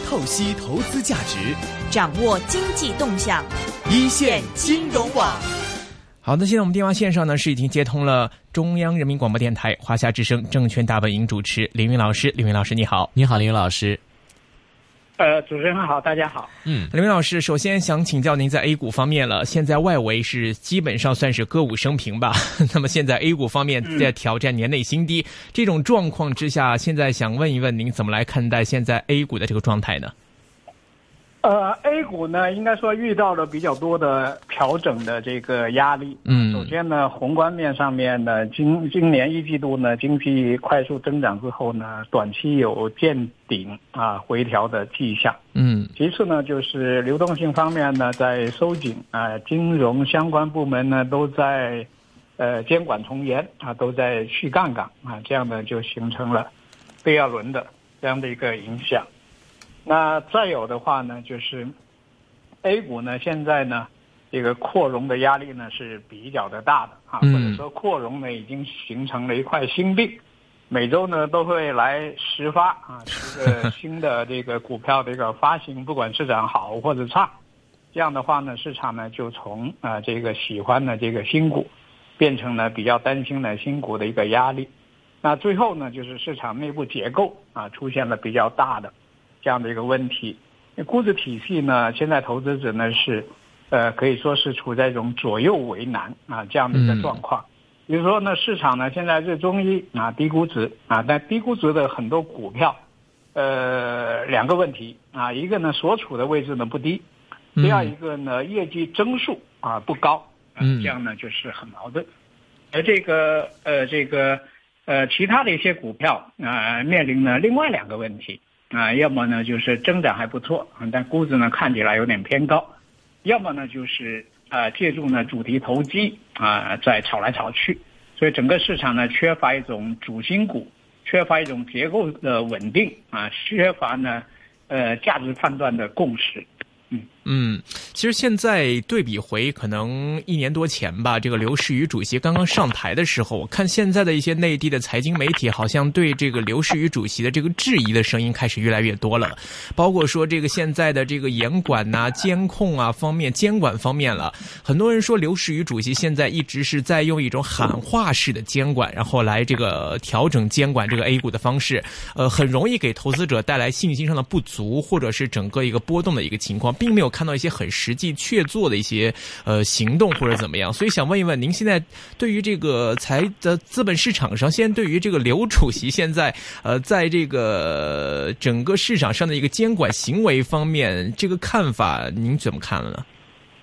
透析投资价值， 掌握经济动向， 一线金融网。 好的，现在我们电话线上呢是已经接通了中央人民广播电台华夏之声证券大本营主持凌云老师。凌云老师你好。 你好，凌云老师。 主持人好，大家好。 凌云老师，首先想请教您在 A 股方面了，现在外围是基本上算是歌舞升平吧？那么现在 A 股方面在挑战年内新低，这种状况之下，现在想问一问您怎么来看待现在 A 股的这个状态呢 ？A 股呢，应该说遇到了比较多的调整的这个压力。首先呢，宏观面上面呢，今年一季度呢，经济快速增长之后呢，短期有见顶回调的迹象。其次呢，就是流动性方面呢，在收紧金融相关部门呢都在监管从严都在去杠杆这样呢就形成了第二轮的这样的一个影响。那再有的话呢，就是 A 股呢现在呢这个扩容的压力呢是比较的大的或者说扩容呢已经形成了一块心病，每周呢都会来10发10个新的这个股票的一个发行，不管市场好或者差，这样的话呢市场呢就从这个喜欢的这个新股变成了比较担心的新股的一个压力。那最后呢就是市场内部结构出现了比较大的这样的一个问题。估值体系呢现在投资者呢是可以说是处在一种左右为难这样的一个状况。比如说呢，市场呢现在热衷于低估值但低估值的很多股票两个问题一个呢所处的位置呢不低，第二一个呢业绩增速不高这样呢就是很矛盾。而这个其他的一些股票面临了另外两个问题要么呢就是增长还不错但估值呢看起来有点偏高，要么呢就是借助呢主题投机在炒来炒去，所以整个市场呢缺乏一种主心骨，缺乏一种结构的稳定缺乏呢价值判断的共识。 其实现在对比回可能1年多前吧，这个刘士余主席刚刚上台的时候，我看现在的一些内地的财经媒体好像对这个刘士余主席的这个质疑的声音开始越来越多了，包括说这个现在的这个严管监控方面监管方面了，很多人说刘士余主席现在一直是在用一种喊话式的监管，然后来这个调整监管这个 A 股的方式，很容易给投资者带来信心上的不足，或者是整个一个波动的一个情况，并没有看到一些很实际确做的一些行动或者怎么样。所以想问一问您，现在对于这个资本市场上，现在对于这个刘主席现在在这个整个市场上的一个监管行为方面，这个看法您怎么看了呢？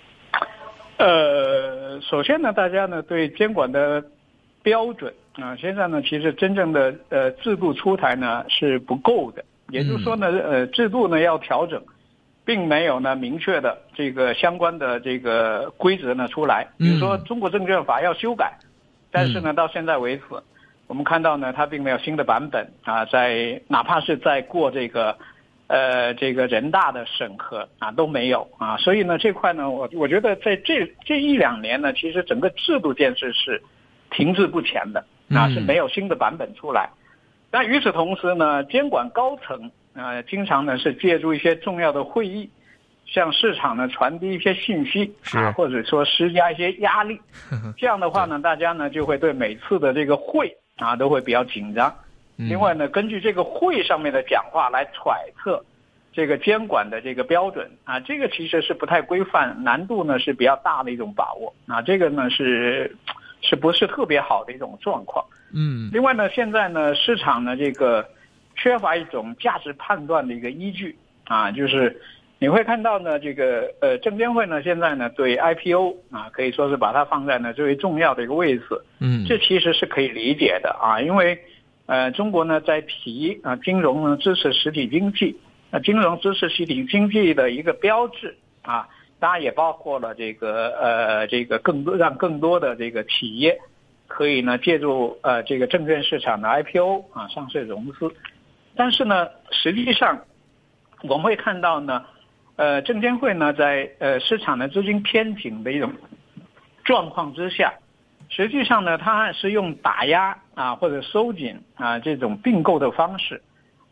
首先呢，大家呢对监管的标准现在呢其实真正的制度出台呢是不够的，也就是说呢制度呢要调整，并没有呢明确的这个相关的这个规则呢出来。比如说中国证券法要修改，但是呢到现在为止我们看到呢它并没有新的版本在哪怕是在过这个人大的审核都没有所以呢这块呢我觉得在这1-2年呢其实整个制度建设是停滞不前的是没有新的版本出来。但与此同时呢，监管高层经常呢是借助一些重要的会议向市场呢传递一些信息或者说施加一些压力，这样的话呢大家呢就会对每次的这个会都会比较紧张。另外呢根据这个会上面的讲话来揣测这个监管的这个标准这个其实是不太规范，难度呢是比较大的一种把握这个呢是不是特别好的一种状况。另外呢现在呢市场呢这个缺乏一种价值判断的一个依据就是你会看到呢这个证监会呢现在呢对 IPO 可以说是把它放在呢最为重要的一个位置。这其实是可以理解的因为中国呢在提金融呢支持实体经济，金融支持实体经济的一个标志当然也包括了这个让更多的这个企业可以呢借助这个证券市场的 IPO 上市融资。但是呢实际上我们会看到呢证监会呢在市场的资金偏紧的一种状况之下，实际上呢它是用打压或者收紧这种并购的方式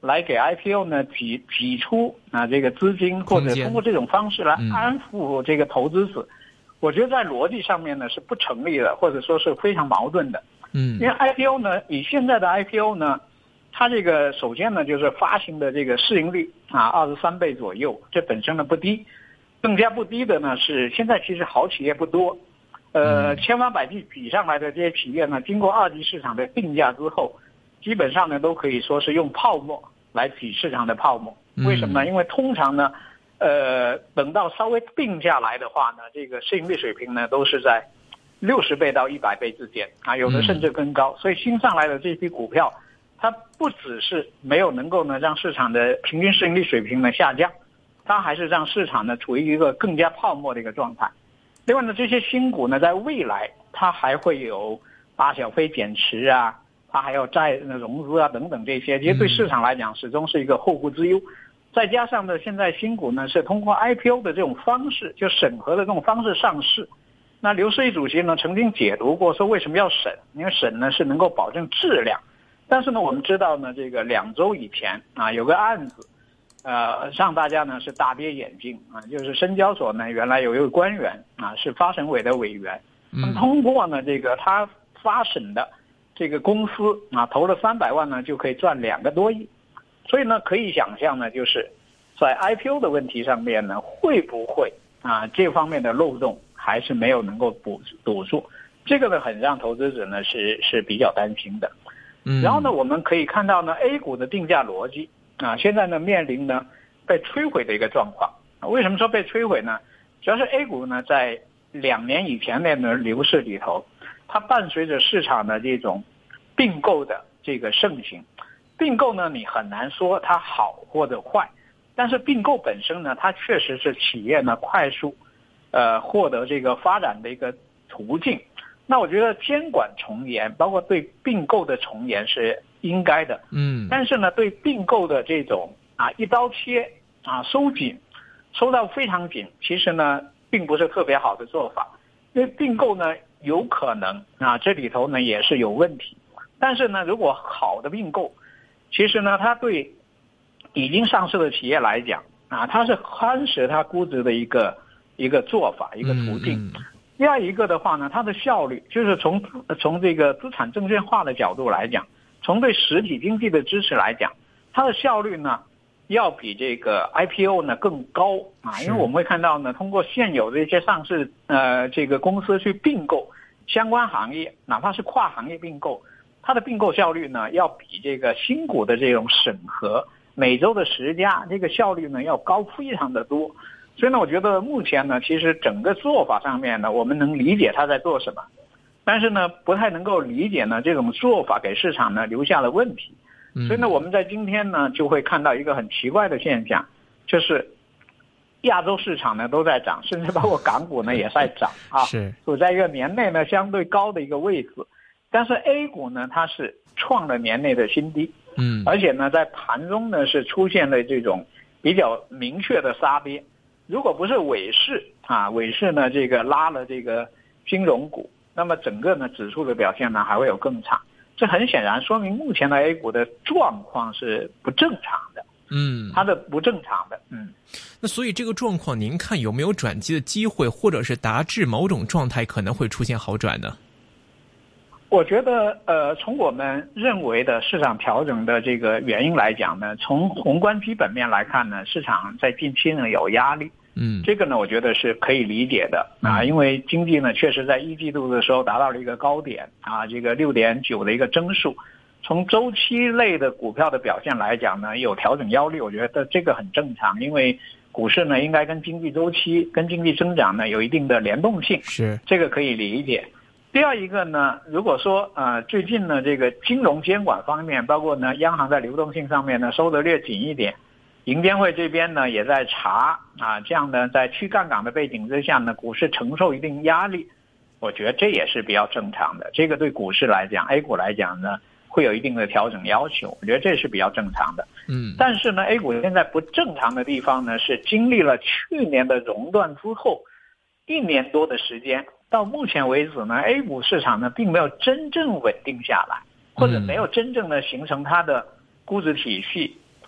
来给 IPO 呢挤出这个资金，或者通过这种方式来安抚这个投资者，我觉得在逻辑上面呢是不成立的，或者说是非常矛盾的。因为 IPO 呢，以现在的 IPO 呢，它这个首先呢就是发行的这个市盈率23倍左右，这本身呢不低。更加不低的呢是现在其实好企业不多，千方百计比上来的这些企业呢，经过二级市场的定价之后，基本上呢都可以说是用泡沫来挤市场的泡沫。为什么呢？因为通常呢等到稍微定下来的话呢，这个市盈率水平呢都是在60倍到100倍之间有的甚至更高。所以新上来的这批股票，它不只是没有能够呢让市场的平均市盈率水平呢下降，它还是让市场呢处于一个更加泡沫的一个状态。另外呢，这些新股呢在未来它还会有大小非减持它还有债融资等等这些，其实对市场来讲始终是一个后顾之忧。再加上呢，现在新股呢是通过 IPO 的这种方式，就审核的这种方式上市。那刘士余主席呢曾经解读过说为什么要审，因为审呢是能够保证质量。但是呢我们知道呢，这个2周以前有个案子让大家呢是大跌眼镜就是深交所呢原来有一个官员是发审委的委员，通过呢这个他发审的这个公司投了300万呢就可以赚2个多亿。所以呢可以想象呢，就是在 IPO 的问题上面呢，会不会这方面的漏洞还是没有能够堵住，这个呢很让投资者呢是比较担心的。然后呢我们可以看到呢 A 股的定价逻辑现在呢面临呢被摧毁的一个状况。为什么说被摧毁呢？主要是 A 股呢在2年以前的牛市里头，它伴随着市场的这种并购的这个盛行。并购呢你很难说它好或者坏，但是并购本身呢它确实是企业呢快速获得这个发展的一个途径。那我觉得监管从严，包括对并购的从严是应该的。但是呢对并购的这种一刀切收紧，收到非常紧，其实呢并不是特别好的做法。因为并购呢有可能这里头呢也是有问题。但是呢如果好的并购，其实呢它对已经上市的企业来讲它是夯实它估值的一个做法，一个途径。第二一个的话呢，它的效率就是从这个资产证券化的角度来讲，从对实体经济的支持来讲，它的效率呢要比这个 IPO 呢更高因为我们会看到呢，通过现有的一些上市这个公司去并购相关行业，哪怕是跨行业并购，它的并购效率呢要比这个新股的这种审核每周的10家这个效率呢要高非常的多。所以呢我觉得目前呢其实整个做法上面呢我们能理解他在做什么，但是呢不太能够理解呢这种做法给市场呢留下了问题。所以呢我们在今天呢就会看到一个很奇怪的现象，就是亚洲市场呢都在涨，甚至包括港股呢也在涨处在一个年内呢相对高的一个位置。但是 A 股呢它是创了年内的新低，而且呢在盘中呢是出现了这种比较明确的杀跌。如果不是尾市呢这个拉了这个金融股，那么整个呢指数的表现呢还会有更差。这很显然说明目前的 A 股的状况是不正常的，它的不正常的。 那所以这个状况您看有没有转机的机会，或者是达至某种状态可能会出现好转呢？ 我觉得从我们认为的市场调整的这个原因来讲呢，从宏观基本面来看呢，市场在近期呢有压力。这个呢我觉得是可以理解的因为经济呢确实在1季度的时候达到了一个高点这个 6.9 的一个增速。从周期类的股票的表现来讲呢，有调整压力，我觉得这个很正常，因为股市呢应该跟经济周期跟经济增长呢有一定的联动性，这个可以理解。第二一个呢，如果说最近呢这个金融监管方面，包括呢央行在流动性上面呢收得略紧一点，银监会这边呢也在查这样的在去杠杆的背景之下呢，股市承受一定压力，我觉得这也是比较正常的。这个对股市来讲 A 股来讲呢会有一定的调整要求，我觉得这是比较正常的。但是呢 A 股现在不正常的地方呢是经历了去年的熔断之后1年多的时间，到目前为止呢 A 股市场呢并没有真正稳定下来，或者没有真正的形成它的估值体系，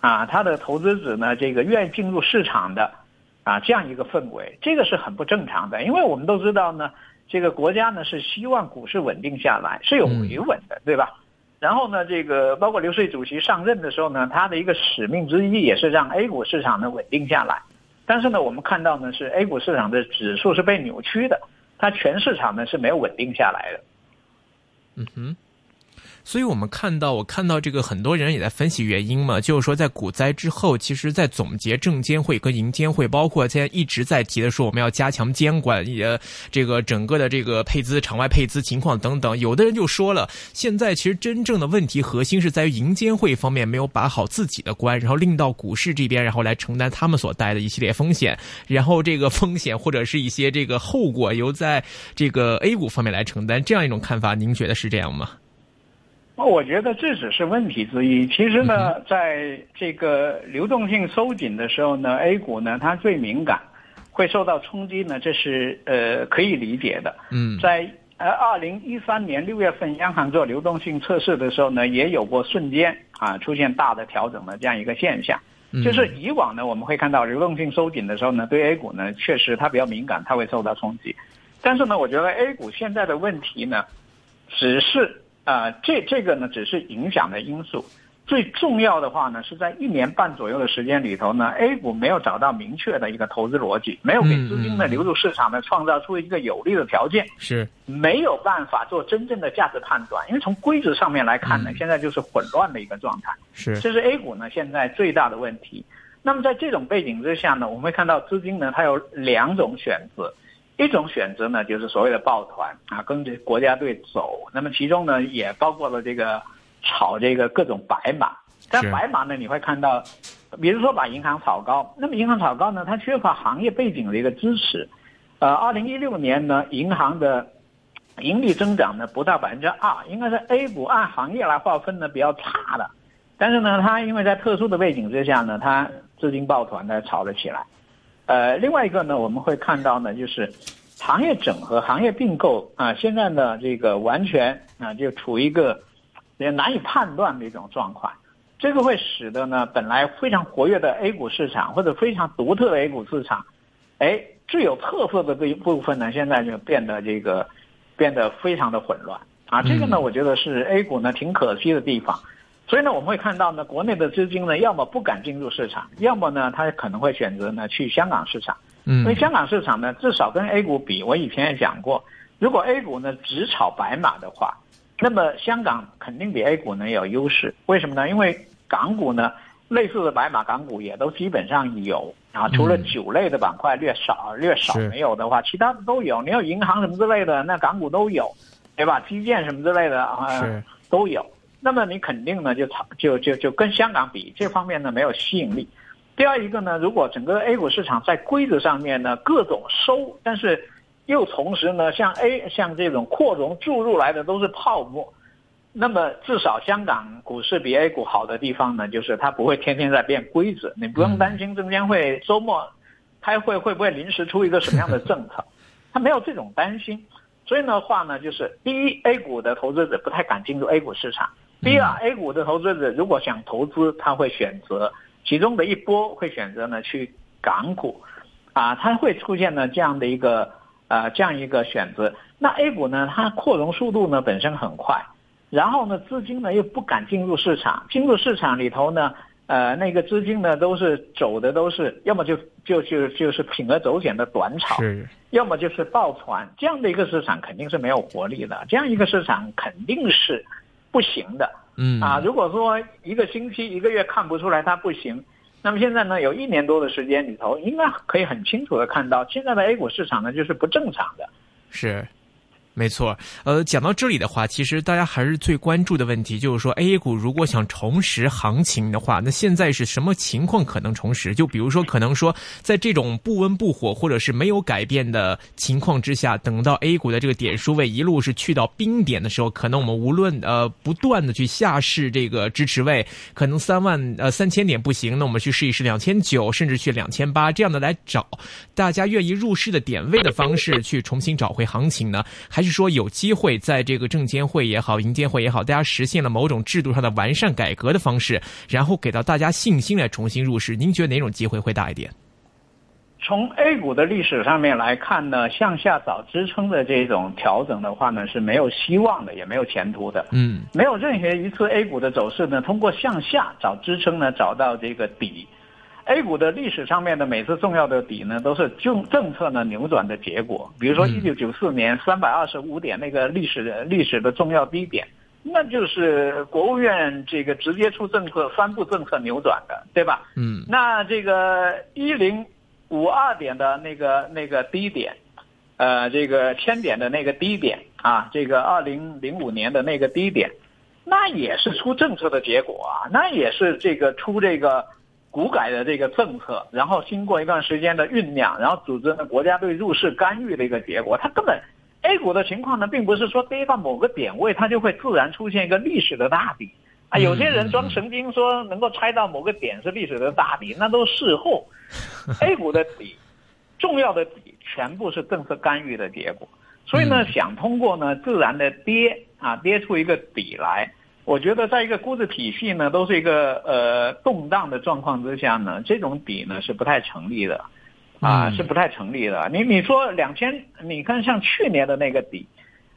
它的投资者呢这个愿意进入市场的这样一个氛围，这个是很不正常的。因为我们都知道呢，这个国家呢是希望股市稳定下来，是有维稳的，对吧？然后呢，这个包括刘士余主席上任的时候呢，他的一个使命之一也是让 A 股市场呢稳定下来。但是呢，我们看到呢是 A 股市场的指数是被扭曲的，它全市场呢是没有稳定下来的。 所以我看到这个很多人也在分析原因嘛，就是说在股灾之后，其实在总结证监会跟银监会，包括现在一直在提的说我们要加强监管，也这个整个的这个配资、场外配资情况等等。有的人就说了，现在其实真正的问题核心是在于银监会方面没有把好自己的关，然后令到股市这边然后来承担他们所带的一系列风险，然后这个风险或者是一些这个后果由在这个 A 股方面来承担，这样一种看法，您觉得是这样吗？ 我觉得这只是问题之一。其实呢，在这个流动性收紧的时候呢 ，A 股呢它最敏感，会受到冲击呢，这是可以理解的。在2013年6月份央行做流动性测试的时候呢，也有过瞬间出现大的调整的这样一个现象。就是以往呢，我们会看到流动性收紧的时候呢，对 A 股呢确实它比较敏感，它会受到冲击。但是呢，我觉得 A 股现在的问题呢，只是这个呢只是影响的因素，最重要的话呢是在1年半左右的时间里头呢 ，A 股没有找到明确的一个投资逻辑，没有给资金的流入市场呢创造出一个有利的条件， 是没有办法做真正的价值判断。因为从规则上面来看呢，现在就是混乱的一个状态，这是 A 股呢现在最大的问题。那么在这种背景之下呢，我们会看到资金呢它有2种选择。一种选择呢，就是所谓的抱团跟着国家队走。那么其中呢，也包括了这个炒这个各种白马。在白马呢，你会看到，比如说把银行炒高。那么银行炒高呢，它缺乏行业背景的一个支持。2016年呢，银行的盈利增长呢不到2%，应该是 A 股按行业来划分呢比较差的。但是呢，它因为在特殊的背景之下呢，它资金抱团呢炒了起来。另外一个呢，我们会看到呢，就是行业整合、行业并购现在呢，这个完全就处于一个也难以判断的一种状况。这个会使得呢，本来非常活跃的 A 股市场或者非常独特的 A 股市场，具有特色的这一部分呢，现在就变得非常的混乱这个呢，我觉得是 A 股呢挺可惜的地方。所以呢，我们会看到呢，国内的资金呢，要么不敢进入市场，要么呢，他可能会选择呢去香港市场。因为香港市场呢，至少跟 A 股比，我以前也讲过，如果 A 股呢只炒白马的话，那么香港肯定比 A 股呢有优势。为什么呢？因为港股呢，类似的白马港股也都基本上有除了酒类的板块略少没有的话，其他的都有。你有银行什么之类的，那港股都有，对吧？基建什么之类的都有。那么你肯定呢就跟香港比，这方面呢没有吸引力。第二一个呢，如果整个 A 股市场在规则上面呢各种收，但是又同时呢像这种扩容注入来的都是泡沫，那么至少香港股市比 A 股好的地方呢，就是它不会天天在变规则，你不用担心证监会周末开会会不会临时出一个什么样的政策，它没有这种担心。所以的话呢，就是第一 ，A 股的投资者不太敢进入 A 股市场。第二 ，A 股的投资者如果想投资，他会选择其中的一波会选择呢去港股，它会出现呢这样一个选择。那 A 股呢，它扩容速度呢本身很快，然后呢资金呢又不敢进入市场，进入市场里头呢，那个资金呢都是走的都是要么就是铤而走险的短炒，要么就是抱团，这样的一个市场肯定是没有活力的，这样一个市场肯定是不行的。如果说一个星期、一个月看不出来它不行，那么现在呢有1年多的时间里头，应该可以很清楚的看到，现在的 A 股市场呢就是不正常的。 是。没错，讲到这里的话，其实大家还是最关注的问题就是说 A 股如果想重拾行情的话，那现在是什么情况可能重拾？就比如说可能说在这种不温不火或者是没有改变的情况之下，等到 A 股的这个点数位一路是去到冰点的时候，可能我们无论不断的去下试这个支持位，可能3000点不行，那我们去试一试2900，甚至去2800这样的来找大家愿意入市的点位的方式去重新找回行情呢？还是说有机会在这个证监会也好，银监会也好，大家实现了某种制度上的完善改革的方式，然后给到大家信心来重新入市？您觉得哪种机会会大一点？ 从 A 股的历史上面来看呢，向下找支撑的这种调整的话呢，是没有希望的，也没有前途的。没有任何一次 A 股的走势呢，通过向下找支撑呢，找到这个底。A 股的历史上面的每次重要的底呢，都是政策呢扭转的结果。比如说1994年325点那个历史的重要低点，那就是国务院这个直接出政策3步政策扭转的，对吧？那这个1052点的那个低点，这个1000点的那个低点啊，这个2005年的那个低点，那也是出政策的结果啊，那也是这个出这个股改的这个政策，然后经过一段时间的酝酿，然后组织呢国家队入市干预的一个结果。它根本 A 股的情况呢，并不是说跌到某个点位它就会自然出现一个历史的大底啊。有些人装神经说能够猜到某个点是历史的大底，那都事后。A 股的底，重要的底全部是政策干预的结果。所以呢，想通过呢自然的跌出一个底来。我觉得在一个估值体系呢都是一个动荡的状况之下呢，这种底呢是不太成立的是不太成立的。你说你看像去年的那个底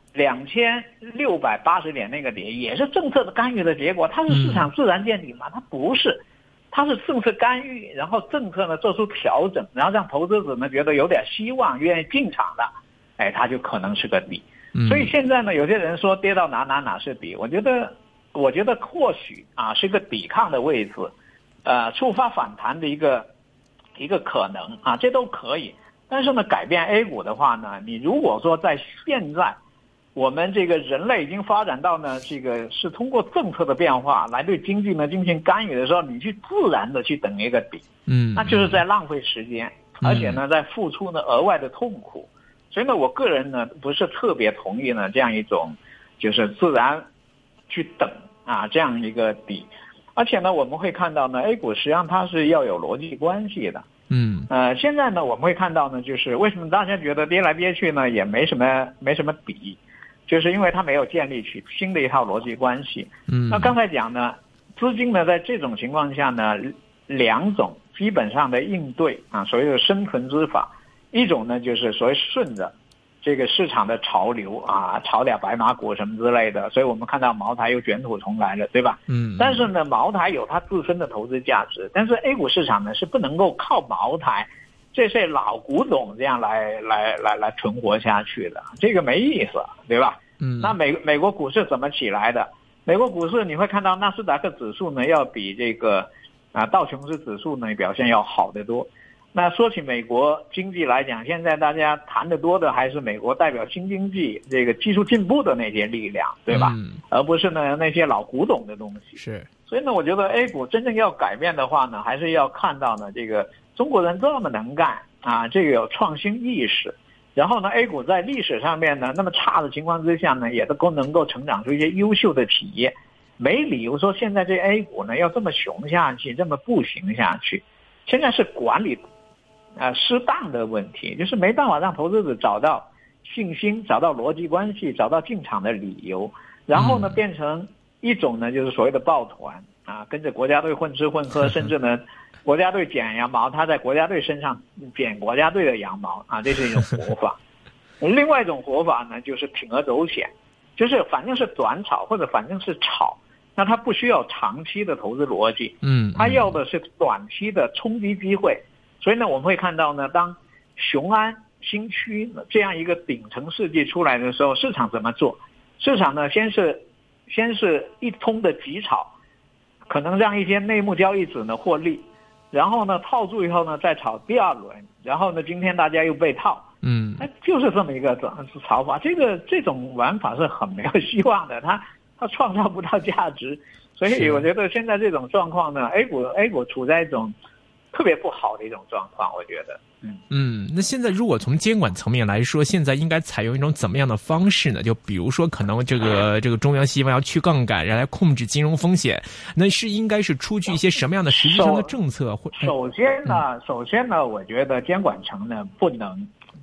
2680点那个底也是政策的干预的结果，它是市场自然见底吗？它不是，它是政策干预，然后政策呢做出调整，然后让投资者呢觉得有点希望愿意进场的，它就可能是个底。所以现在呢有些人说跌到哪是底，我觉得或许是一个抵抗的位置，触发反弹的一个可能这都可以。但是呢，改变 A 股的话呢，你如果说在现在我们这个人类已经发展到呢，这个是通过政策的变化来对经济呢进行干预的时候，你去自然的去等一个底，那就是在浪费时间，而且呢在付出呢额外的痛苦。所以呢，我个人呢不是特别同意呢这样一种就是自然去等这样一个底。而且呢我们会看到呢 A 股实际上它是要有逻辑关系的。现在呢我们会看到呢，就是为什么大家觉得跌来跌去呢也没什么底，就是因为它没有建立起新的一套逻辑关系。那刚才讲呢，资金呢在这种情况下呢，两种基本上的应对所谓的生存之法。一种呢就是所谓顺着这个市场的潮流炒点白马股什么之类的，所以我们看到茅台又卷土重来了，对吧？但是呢茅台有它自身的投资价值，但是 A 股市场呢是不能够靠茅台这些老古董这样来存活下去的，这个没意思，对吧？那美国股市怎么起来的？美国股市你会看到纳斯达克指数呢要比这个道琼斯指数呢表现要好得多。那说起美国经济来讲，现在大家谈得多的还是美国代表新经济这个技术进步的那些力量，对吧？而不是呢那些老古董的东西。是。所以呢，我觉得 A 股真正要改变的话呢，还是要看到呢这个中国人这么能干这个有创新意识，然后呢 A 股在历史上面呢那么差的情况之下呢，也都能够成长出一些优秀的企业，没理由说现在这 A 股呢要这么熊下去，这么不行下去。现在是管理适当的问题，就是没办法让投资者找到信心，找到逻辑关系，找到进场的理由，然后呢变成一种呢就是所谓的抱团跟着国家队混吃混喝，甚至呢国家队剪羊毛，他在国家队身上剪国家队的羊毛这是一种活法。另外一种活法呢就是铤而走险，就是反正是短炒或者反正是炒，那他不需要长期的投资逻辑，他要的是短期的冲击机会。所以呢我们会看到呢，当雄安新区这样一个顶层世纪出来的时候，市场怎么做？市场呢先是一通的急炒，可能让一些内幕交易者呢获利，然后呢套住以后呢再炒第二轮，然后呢今天大家又被套，就是这么一个炒法。这种玩法是很没有希望的，它创造不到价值。所以我觉得现在这种状况呢 A 股处在一种特别不好的一种状况，我觉得。 那现在如果从监管层面来说，现在应该采用一种怎么样的方式呢？就比如说可能这个中央希望要去杠杆，来控制金融风险，那是应该是出具一些什么样的实际上的政策？首先呢我觉得监管层呢不能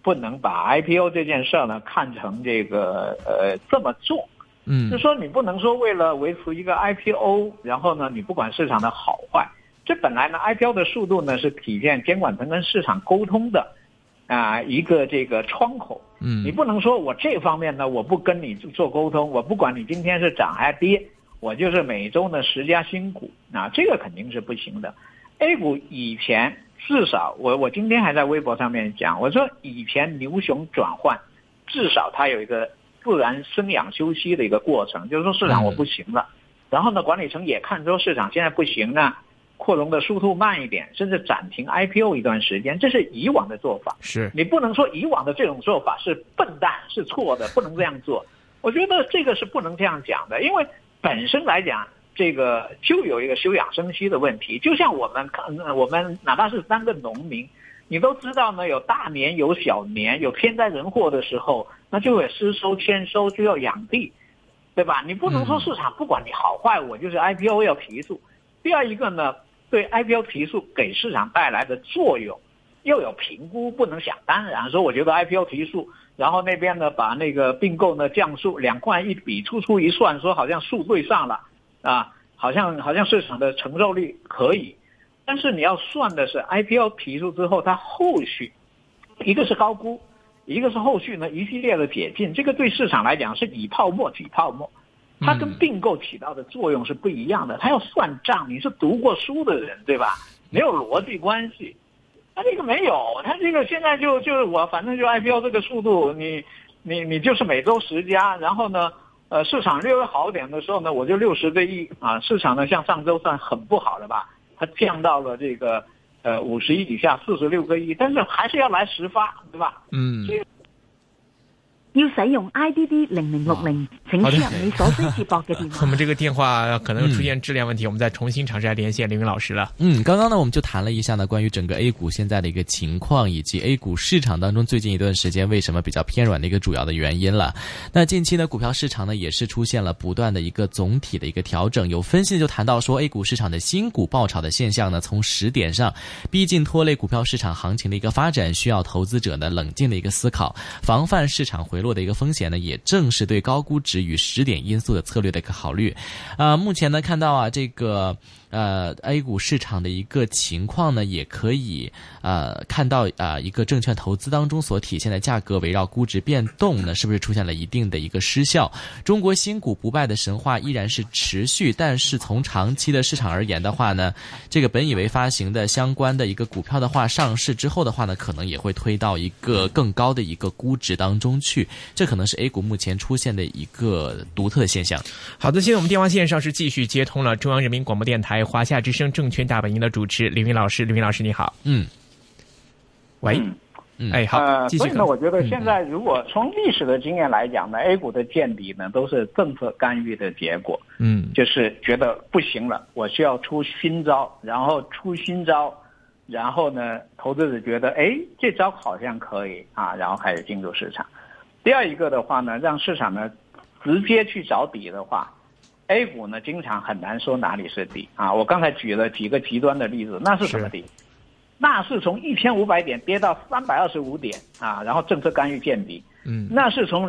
不能把 IPO 这件事呢看成这个这么重。就是说你不能说为了维持一个 IPO， 然后呢你不管市场的好坏。这本来呢 IPO 的速度呢是体现监管层跟市场沟通的一个这个窗口。你不能说我这方面呢我不跟你做沟通，我不管你今天是涨还是跌，我就是每周呢10家新股，这个肯定是不行的。A 股以前至少我今天还在微博上面讲，我说以前牛熊转换至少它有一个自然生养休息的一个过程，就是说市场我不行了，然后呢管理层也看出市场现在不行呢，扩容的速度慢一点，甚至暂停 IPO 一段时间，这是以往的做法。 是你不能说以往的这种做法是笨蛋是错的，不能这样做。我觉得这个是不能这样讲的，因为本身来讲这个就有一个休养生息的问题。就像我们哪怕是当个农民，你都知道呢，有大年有小年，有天灾人祸的时候，那就有失收欠收，就要养地，对吧？你不能说市场不管你好坏，我就是 IPO 要提速。第二一个呢，对 IPO 提速给市场带来的作用又有评估，不能想当然说我觉得 IPO 提速，然后那边呢把那个并购呢降速，2块一笔，粗一算说好像数对上了好像市场的承受力可以，但是你要算的是 IPO 提速之后它后续一个是高估，一个是后续呢一系列的解禁，这个对市场来讲是以泡沫挤泡沫，它跟并购起到的作用是不一样的，它要算账，你是读过书的人对吧？没有逻辑关系。它这个没有，它这个现在就是我反正就 IPO 这个速度，你就是每周10家，然后呢市场略微好点的时候呢，我就60个亿市场呢像上周算很不好的吧，它降到了这个50亿以下46个亿，但是还是要来10发，对吧？ 要使用 IDD 0060，请输入你所需接驳嘅電話。 我們這個電話可能出現質量問題，我們再重新嘗試來連線林雲老師了。 剛剛呢我們就談了一下呢關於整個 A 股現在的一個情況，以及 A 股市場當中最近一段時間為什麼比較偏軟的一個主要的原因了。那近期呢股票市場呢也是出現了不斷的一個總體的一個調整，有分析就談到說 A 股市場的新股爆炒的現象呢從時點上逼近拖累股票市場行情的一個發展，需要投資者呢冷靜的一個思考，防範市場回落的一個風險呢，也正是對高估值與時點因素的策略的一個考慮。目前呢看到這個A 股市場的一個情況呢，也可以看到一個證券投資當中所體現的價格圍繞估值變動呢，是不是出現了一定的一個失效？中國新股不敗的神話依然是持續，但是從長期的市場而言的話呢，這個本以為發行的相關的一個股票的話，上市之後的話呢，可能也會推到一個更高的一個估值當中去，這可能是 A 股目前出現的一個獨特的現象。 好的，現在我們電話線上是繼續接通了中央人民廣播電台華夏之聲證券大本營的主持林雲老師，林雲老師你好。喂，好，繼續。 所以呢，我覺得現在如果從歷史的經驗來講呢，A 股的見底呢都是政策干預的結果。就是覺得不行了，我需要出新招，然後呢，投資者覺得這招好像可以然後開始進入市場。第二一個的話呢，讓市場呢直接去找底的話，A 股呢經常很難說哪裡是底我剛才舉了幾個極端的例子，那是什麼底？那是從1500點跌到325點然後政策干預見底。那是從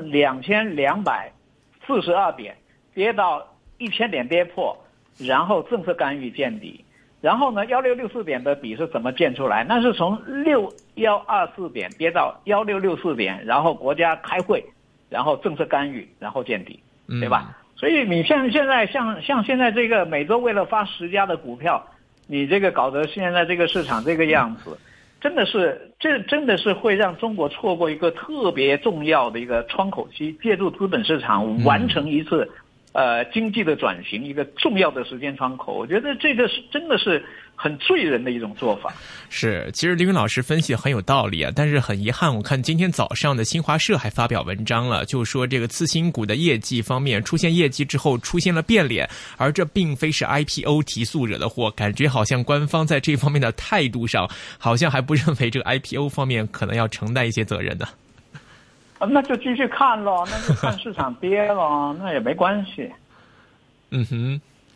2242點跌到1000點跌破，然後政策干預見底。然後呢1664點的底是怎麼建出來？那是從6124點跌到1664點，然後國家開會，然後政策干預，然後見底，對吧？所以你像現在這個每周為了發10家的股票，你這個搞得現在這個市場這個樣子，真的是會讓中國錯過一個特別重要的一個窗口期，借助資本市場完成一次經濟的轉型，一個重要的時間窗口。我覺得這個是真的是很醉人的一種做法。 是，其實林雲老師分析很有道理但是很遺憾，我看今天早上的新華社還發表文章了，就說這個次新股的業績方面出現業績之後出現了變臉，而這並非是 IPO 提速惹的禍，感覺好像官方在這方面的態度上好像還不認為這個 IPO 方面可能要承擔一些責任的。 那就繼續看咯，那就看市場跌咯那也沒關係。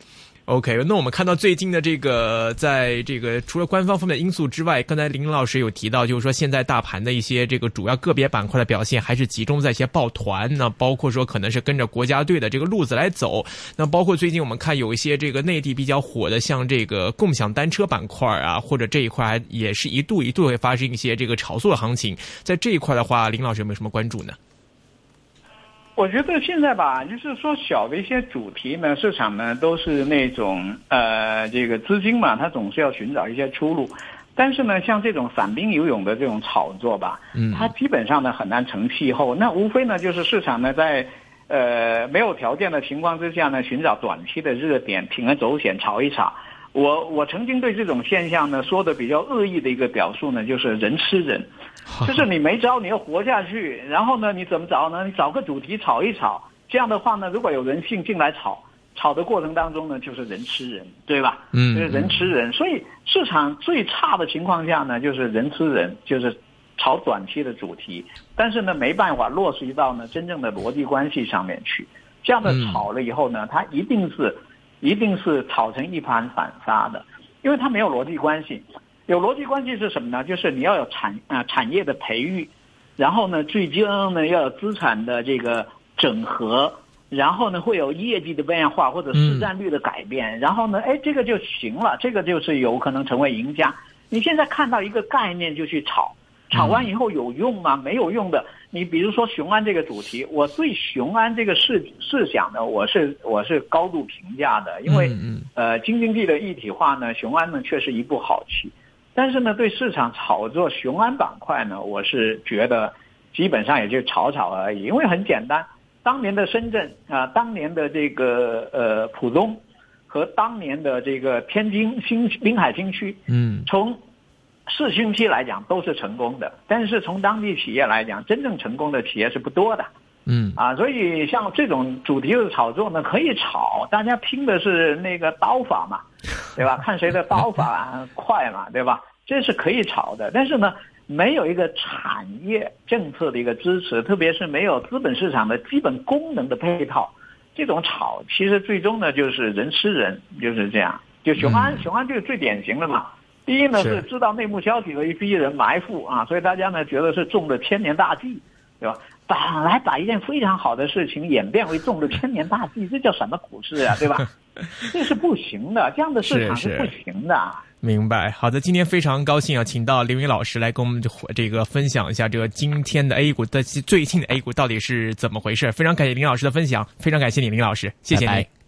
OK， 那我们看到最近的这个，在这个除了官方方面的因素之外，刚才林老师有提到，就是说现在大盘的一些这个主要个别板块的表现还是集中在一些抱团，那包括说可能是跟着国家队的这个路子来走，那包括最近我们看有一些这个内地比较火的，像这个共享单车板块啊，或者这一块也是一度会发生一些这个炒作的行情，在这一块的话，林老师有没有什么关注呢？ 我觉得现在吧，就是说小的一些主题呢，市场呢都是那种这个资金嘛，它总是要寻找一些出路。但是呢，像这种散兵游勇的这种炒作吧，它基本上呢很难成气候。那无非呢就是市场呢在没有条件的情况之下呢，寻找短期的热点，铤而走险炒一炒。我曾经对这种现象呢说的比较恶意的一个表述呢，就是人吃人。就是你没招，你要活下去，然后呢，你怎么找呢？你找个主题炒一炒，这样的话呢，如果有人性进来炒的过程当中呢，就是人吃人，对吧？就是人吃人。所以市场最差的情况下呢，就是人吃人，就是炒短期的主题，但是呢，没办法落实到呢真正的逻辑关系上面去。这样的炒了以后呢，它一定是炒成一盘散沙的，因为它没有逻辑关系。有逻辑关系是什么呢？就是你要有产业的培育，然后呢，最终呢要有资产的这个整合，然后呢会有业绩的变化或者市占率的改变，然后呢，这个就行了，这个就是有可能成为赢家。你现在看到一个概念就去炒完以后有用吗？没有用的。你比如说雄安这个主题，我对雄安这个事想呢，我是高度评价的，因为京津冀的一体化呢，雄安呢确实一步好棋。但是呢，对市场炒作雄安板块呢，我是觉得基本上也就炒而已，因为很简单，当年的深圳当年的这个浦东和当年的这个天津滨海新区，从市星期来讲都是成功的，但是从当地企业来讲，真正成功的企业是不多的。所以像这种主题的炒作呢，可以炒，大家拼的是那个刀法嘛，对吧？看谁的刀法快嘛，对吧？这是可以炒的，但是呢，没有一个产业政策的一个支持，特别是没有资本市场的基本功能的配套，这种炒其实最终呢就是人吃人，就是这样。就雄安就是最典型的嘛。第一呢是知道内幕消息和一批人埋伏所以大家呢觉得是中了千年大计，对吧？把一件非常好的事情演变为中了千年大计，这叫什么股市啊，对吧？这是不行的，这样的市场是不行的。 明白。好的，今天非常高兴请到林云老师来跟我们这个分享一下这个今天的 A 股的最近的 A 股到底是怎么回事。非常感谢林老师的分享，非常感谢你林老师，谢谢你。拜拜。